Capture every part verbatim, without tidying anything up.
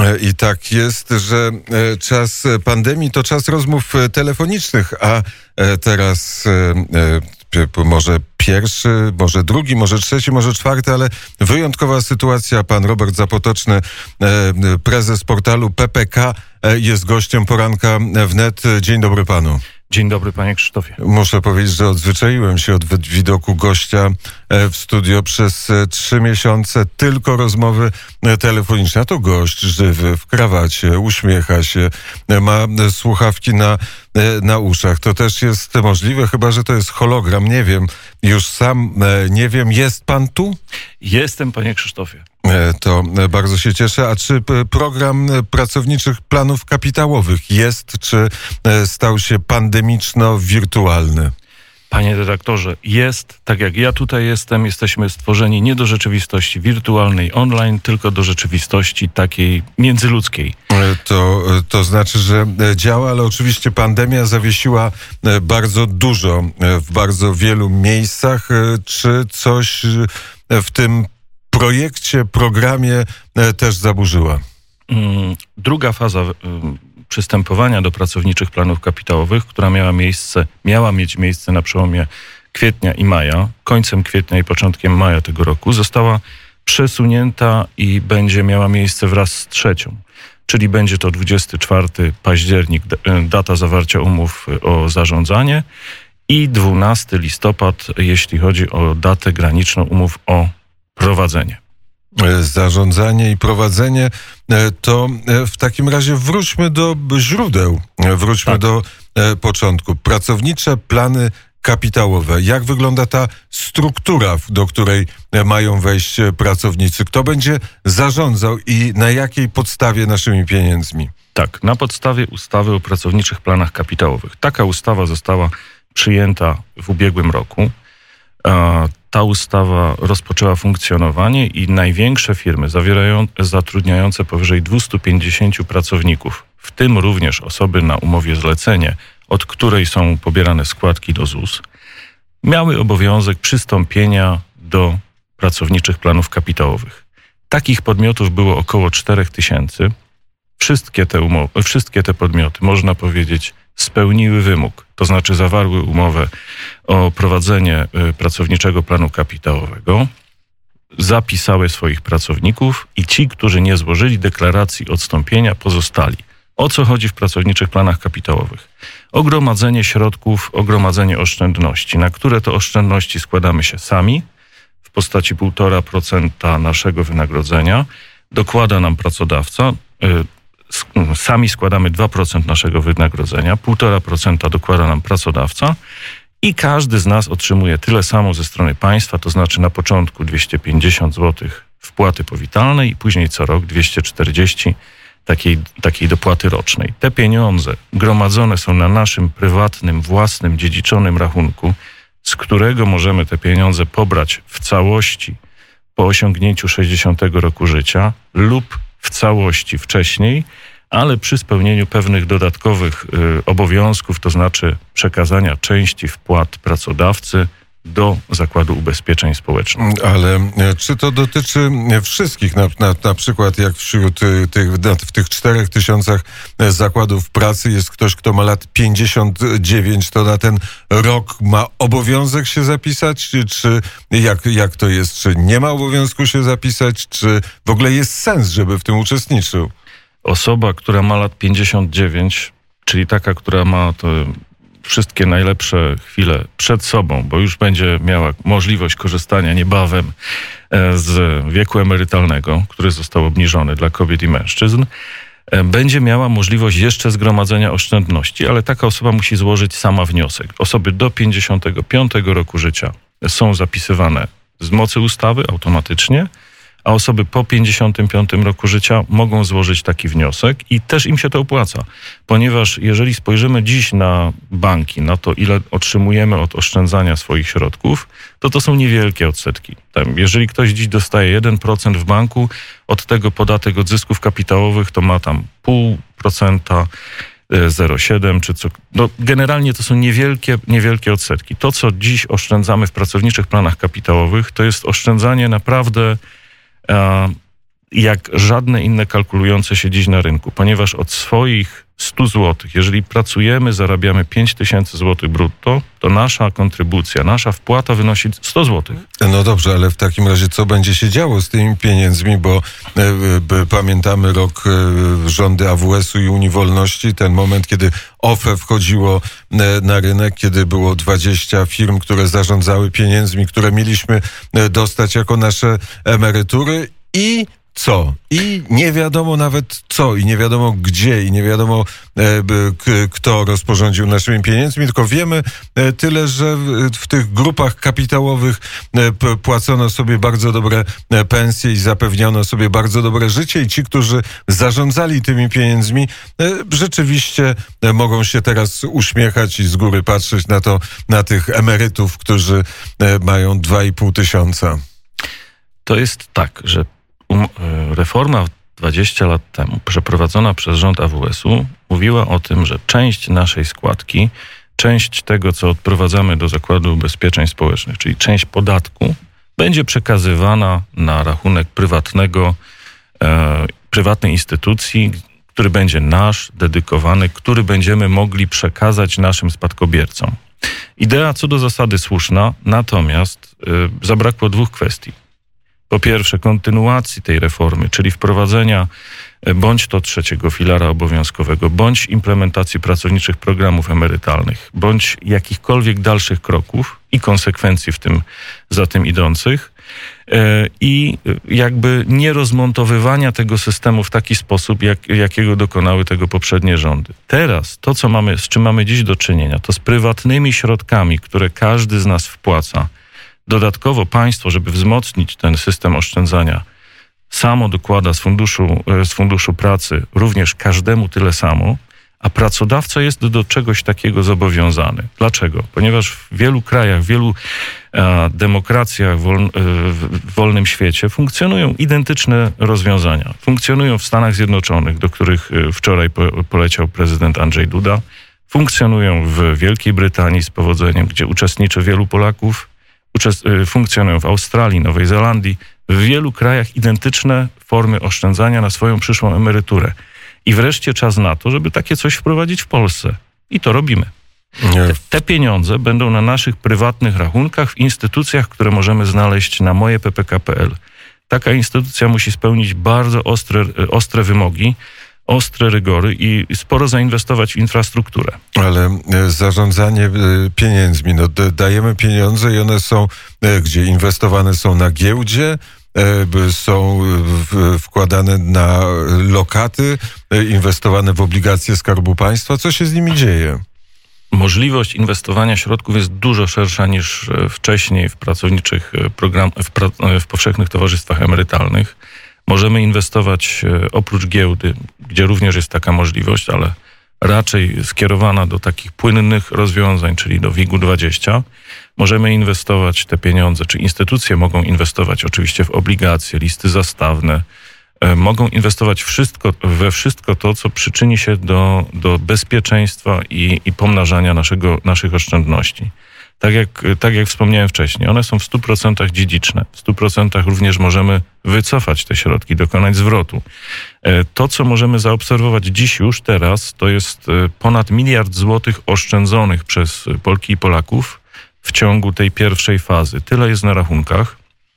I tak jest, że czas pandemii to czas rozmów telefonicznych, a teraz może pierwszy, może drugi, może trzeci, może czwarty, ale wyjątkowa sytuacja. Pan Robert Zapotoczny, prezes portalu P P K, jest gościem poranka wnet. Dzień dobry panu. Dzień dobry, panie Krzysztofie. Muszę powiedzieć, że odzwyczaiłem się od widoku gościa w studio. Przez trzy miesiące tylko rozmowy telefoniczne. A to gość żywy, w krawacie, uśmiecha się, ma słuchawki na, na uszach. To też jest możliwe, chyba że to jest hologram. Nie wiem, już sam nie wiem. Jest pan tu? Jestem, panie Krzysztofie. To bardzo się cieszę. A czy program pracowniczych planów kapitałowych jest, czy stał się pandemiczno-wirtualny? Panie redaktorze, jest, tak jak ja tutaj jestem, jesteśmy stworzeni nie do rzeczywistości wirtualnej online, tylko do rzeczywistości takiej międzyludzkiej. To, to znaczy, że działa, ale oczywiście pandemia zawiesiła bardzo dużo w bardzo wielu miejscach. Czy coś w tym projekcie, programie też zaburzyła? Druga faza przystępowania do pracowniczych planów kapitałowych, która miała miejsce, miała mieć miejsce na przełomie kwietnia i maja, końcem kwietnia i początkiem maja tego roku, została przesunięta i będzie miała miejsce wraz z trzecią. Czyli będzie to dwudziestego czwartego października, data zawarcia umów o zarządzanie, i dwunastego listopada, jeśli chodzi o datę graniczną umów o prowadzenie. Zarządzanie i prowadzenie, to w takim razie wróćmy do źródeł, wróćmy tak. do początku. Pracownicze plany kapitałowe. Jak wygląda ta struktura, do której mają wejść pracownicy? Kto będzie zarządzał i na jakiej podstawie naszymi pieniędzmi? Tak, na podstawie ustawy o pracowniczych planach kapitałowych. Taka ustawa została przyjęta w ubiegłym roku. Ta ustawa rozpoczęła funkcjonowanie i największe firmy zawierają, zatrudniające powyżej dwieście pięćdziesiąt pracowników, w tym również osoby na umowie zlecenie, od której są pobierane składki do Z U S, miały obowiązek przystąpienia do pracowniczych planów kapitałowych. Takich podmiotów było około cztery tysiące. Wszystkie te umowy, wszystkie te podmioty, można powiedzieć, spełniły wymóg, to znaczy zawarły umowę o prowadzenie pracowniczego planu kapitałowego, zapisały swoich pracowników i ci, którzy nie złożyli deklaracji odstąpienia, pozostali. O co chodzi w pracowniczych planach kapitałowych? O gromadzenie środków, o gromadzenie oszczędności, na które to oszczędności składamy się sami w postaci półtora procenta naszego wynagrodzenia, dokłada nam pracodawca. Sami składamy dwa procent naszego wynagrodzenia, półtora procenta dokłada nam pracodawca i każdy z nas otrzymuje tyle samo ze strony państwa, to znaczy na początku dwieście pięćdziesiąt złotych wpłaty powitalnej i później co rok dwieście czterdzieści takiej, takiej dopłaty rocznej. Te pieniądze gromadzone są na naszym prywatnym, własnym, dziedziczonym rachunku, z którego możemy te pieniądze pobrać w całości po osiągnięciu sześćdziesiątego roku życia lub w całości wcześniej, ale przy spełnieniu pewnych dodatkowych y, obowiązków, to znaczy przekazania części wpłat pracodawcy do Zakładu Ubezpieczeń Społecznych. Ale czy to dotyczy wszystkich? Na, na, na przykład jak wśród tych, w tych czterech tysiącach zakładów pracy jest ktoś, kto ma lat pięćdziesiąt dziewięć, to na ten rok ma obowiązek się zapisać? Czy, czy jak, jak to jest? Czy nie ma obowiązku się zapisać? Czy w ogóle jest sens, żeby w tym uczestniczył? Osoba, która ma lat pięćdziesiąt dziewięć, czyli taka, która ma to wszystkie najlepsze chwile przed sobą, bo już będzie miała możliwość korzystania niebawem z wieku emerytalnego, który został obniżony dla kobiet i mężczyzn, będzie miała możliwość jeszcze zgromadzenia oszczędności, ale taka osoba musi złożyć sama wniosek. Osoby do pięćdziesiątego piątego roku życia są zapisywane z mocy ustawy automatycznie, a osoby po pięćdziesiątym piątym roku życia mogą złożyć taki wniosek i też im się to opłaca, ponieważ jeżeli spojrzymy dziś na banki, na to, ile otrzymujemy od oszczędzania swoich środków, to to są niewielkie odsetki. Jeżeli ktoś dziś dostaje jeden procent w banku, od tego podatek od zysków kapitałowych to ma tam pół procenta, zero przecinek siedem czy co. No, generalnie to są niewielkie, niewielkie odsetki. To, co dziś oszczędzamy w pracowniczych planach kapitałowych, to jest oszczędzanie naprawdę jak żadne inne kalkulujące się dziś na rynku, ponieważ od swoich stu złotych, jeżeli pracujemy, zarabiamy pięć tysięcy złotych brutto, to nasza kontrybucja, nasza wpłata wynosi sto złotych. No dobrze, ale w takim razie co będzie się działo z tymi pieniędzmi, bo e, e, pamiętamy rok e, rządy A W S-u i Unii Wolności, ten moment, kiedy O F E wchodziło e, na rynek, kiedy było dwadzieścia firm, które zarządzały pieniędzmi, które mieliśmy e, dostać jako nasze emerytury i co? I nie wiadomo nawet co, i nie wiadomo gdzie, i nie wiadomo e, k, kto rozporządził naszymi pieniędzmi, tylko wiemy e, tyle, że w, w tych grupach kapitałowych e, p, płacono sobie bardzo dobre e, pensje i zapewniono sobie bardzo dobre życie i ci, którzy zarządzali tymi pieniędzmi, e, rzeczywiście e, mogą się teraz uśmiechać i z góry patrzeć na to, na tych emerytów, którzy e, mają dwa i pół tysiąca. To jest tak, że reforma dwadzieścia lat temu przeprowadzona przez rząd A W S-u mówiła o tym, że część naszej składki, część tego, co odprowadzamy do Zakładu Ubezpieczeń Społecznych, czyli część podatku, będzie przekazywana na rachunek prywatnego, e, prywatnej instytucji, który będzie nasz, dedykowany, który będziemy mogli przekazać naszym spadkobiercom. Idea co do zasady słuszna, natomiast e, zabrakło dwóch kwestii. Po pierwsze, kontynuacji tej reformy, czyli wprowadzenia bądź to trzeciego filara obowiązkowego, bądź implementacji pracowniczych programów emerytalnych, bądź jakichkolwiek dalszych kroków i konsekwencji w tym za tym idących i jakby nie rozmontowywania tego systemu w taki sposób, jak, jakiego dokonały tego poprzednie rządy. Teraz to, co mamy, z czym mamy dziś do czynienia, to z prywatnymi środkami, które każdy z nas wpłaca. Dodatkowo państwo, żeby wzmocnić ten system oszczędzania, samo dokłada z funduszu, z funduszu pracy również każdemu tyle samo, a pracodawca jest do czegoś takiego zobowiązany. Dlaczego? Ponieważ w wielu krajach, w wielu e, demokracjach wol, e, w wolnym świecie funkcjonują identyczne rozwiązania. Funkcjonują w Stanach Zjednoczonych, do których wczoraj po, poleciał prezydent Andrzej Duda. Funkcjonują w Wielkiej Brytanii z powodzeniem, gdzie uczestniczy wielu Polaków. Uczest- funkcjonują w Australii, Nowej Zelandii, w wielu krajach identyczne formy oszczędzania na swoją przyszłą emeryturę. I wreszcie czas na to, żeby takie coś wprowadzić w Polsce. I to robimy. Te, te pieniądze będą na naszych prywatnych rachunkach w instytucjach, które możemy znaleźć na moje p p k kropka p l. Taka instytucja musi spełnić bardzo ostre, ostre wymogi, ostre rygory i sporo zainwestować w infrastrukturę. Ale zarządzanie pieniędzmi, no dajemy pieniądze i one są, gdzie inwestowane są na giełdzie, są wkładane na lokaty, inwestowane w obligacje Skarbu Państwa. Co się z nimi dzieje? Możliwość inwestowania środków jest dużo szersza niż wcześniej w pracowniczych program, w, pra, w powszechnych towarzystwach emerytalnych. Możemy inwestować oprócz giełdy, gdzie również jest taka możliwość, ale raczej skierowana do takich płynnych rozwiązań, czyli do WIG-u dwadzieścia. Możemy inwestować te pieniądze, czy instytucje mogą inwestować oczywiście w obligacje, listy zastawne, mogą inwestować wszystko, we wszystko to, co przyczyni się do, do bezpieczeństwa i, i pomnażania naszego, naszych oszczędności. Tak jak, tak jak wspomniałem wcześniej, one są w stu procentach dziedziczne. W stu procentach również możemy wycofać te środki, dokonać zwrotu. To, co możemy zaobserwować dziś już teraz, to jest ponad miliard złotych oszczędzonych przez Polki i Polaków w ciągu tej pierwszej fazy. Tyle jest na rachunkach.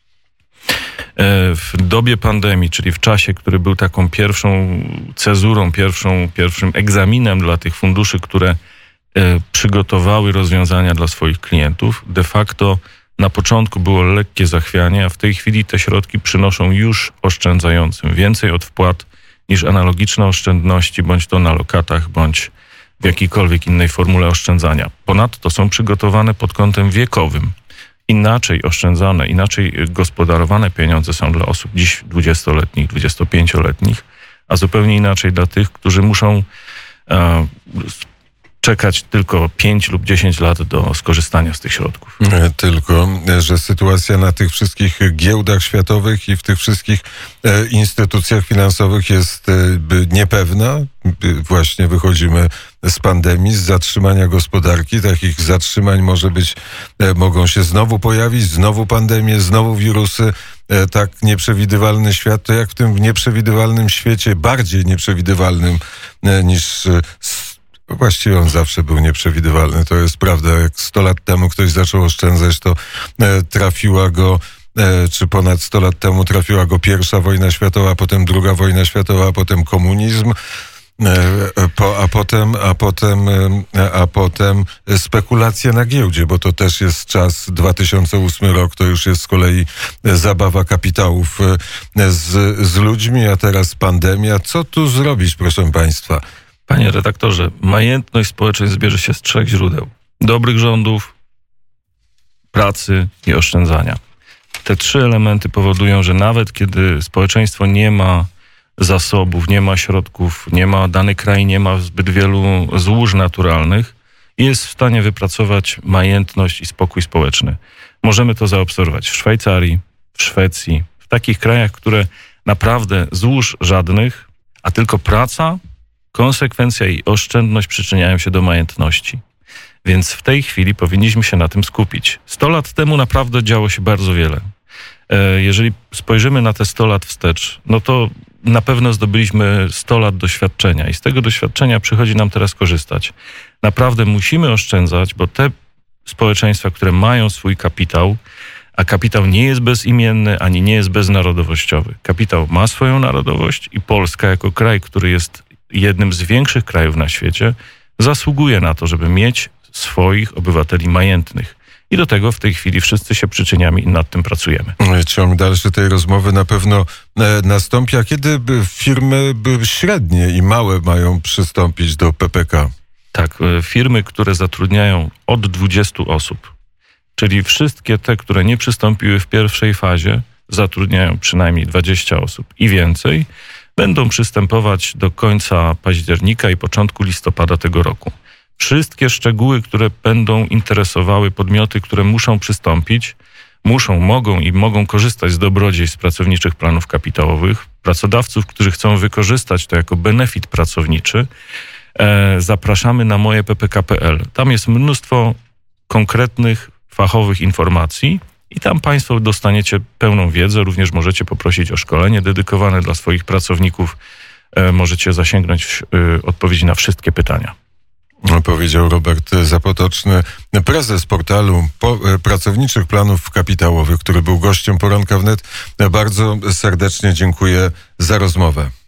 W dobie pandemii, czyli w czasie, który był taką pierwszą cezurą, pierwszą, pierwszym egzaminem dla tych funduszy, które przygotowały rozwiązania dla swoich klientów. De facto na początku było lekkie zachwianie, a w tej chwili te środki przynoszą już oszczędzającym więcej od wpłat niż analogiczne oszczędności, bądź to na lokatach, bądź w jakiejkolwiek innej formule oszczędzania. Ponadto są przygotowane pod kątem wiekowym. Inaczej oszczędzane, inaczej gospodarowane pieniądze są dla osób dziś dwudziestoletnich, dwudziestopięcioletnich, a zupełnie inaczej dla tych, którzy muszą e, czekać tylko pięć lub dziesięć lat do skorzystania z tych środków. Tylko, że sytuacja na tych wszystkich giełdach światowych i w tych wszystkich e, instytucjach finansowych jest e, niepewna. Właśnie wychodzimy z pandemii, z zatrzymania gospodarki. Takich zatrzymań może być, e, mogą się znowu pojawić, znowu pandemie, znowu wirusy tak nieprzewidywalny świat, to jak w tym nieprzewidywalnym świecie, bardziej nieprzewidywalnym niż... Właściwie on zawsze był nieprzewidywalny, to jest prawda. Jak sto lat temu ktoś zaczął oszczędzać, to trafiła go, czy ponad sto lat temu trafiła go pierwsza wojna światowa, potem druga wojna światowa, a potem komunizm. Po, a potem, a potem, a potem spekulacje na giełdzie, bo to też jest czas, dwa tysiące ósmy rok, to już jest z kolei zabawa kapitałów z, z ludźmi, a teraz pandemia. Co tu zrobić, proszę państwa? Panie redaktorze, majętność społeczeństw bierze się z trzech źródeł. Dobrych rządów, pracy i oszczędzania. Te trzy elementy powodują, że nawet kiedy społeczeństwo nie ma zasobów, nie ma środków, nie ma, dany kraj nie ma zbyt wielu złóż naturalnych, jest w stanie wypracować majętność i spokój społeczny. Możemy to zaobserwować w Szwajcarii, w Szwecji, w takich krajach, które naprawdę złóż żadnych, a tylko praca, konsekwencja i oszczędność przyczyniają się do majętności. Więc w tej chwili powinniśmy się na tym skupić. Sto lat temu naprawdę działo się bardzo wiele. Jeżeli spojrzymy na te sto lat wstecz, no to na pewno zdobyliśmy sto lat doświadczenia i z tego doświadczenia przychodzi nam teraz korzystać. Naprawdę musimy oszczędzać, bo te społeczeństwa, które mają swój kapitał, a kapitał nie jest bezimienny, ani nie jest beznarodowościowy. Kapitał ma swoją narodowość i Polska jako kraj, który jest jednym z większych krajów na świecie, zasługuje na to, żeby mieć swoich obywateli majętnych. I do tego w tej chwili wszyscy się przyczyniamy i nad tym pracujemy. Ciąg dalszy tej rozmowy na pewno e, nastąpi. A kiedy by firmy by średnie i małe mają przystąpić do P P K? Tak, firmy, które zatrudniają od dwudziestu osób, czyli wszystkie te, które nie przystąpiły w pierwszej fazie, zatrudniają przynajmniej dwadzieścia osób i więcej, będą przystępować do końca października i początku listopada tego roku. Wszystkie szczegóły, które będą interesowały podmioty, które muszą przystąpić, muszą, mogą i mogą korzystać z dobrodziejstw pracowniczych planów kapitałowych, pracodawców, którzy chcą wykorzystać to jako benefit pracowniczy, e, zapraszamy na moje p p k kropka p l. Tam jest mnóstwo konkretnych, fachowych informacji i tam Państwo dostaniecie pełną wiedzę. Również możecie poprosić o szkolenie dedykowane dla swoich pracowników. E, możecie zasięgnąć e, odpowiedzi na wszystkie pytania. Powiedział Robert Zapotoczny, prezes portalu po, pracowniczych planów kapitałowych, który był gościem Poranka Wnet. Bardzo serdecznie dziękuję za rozmowę.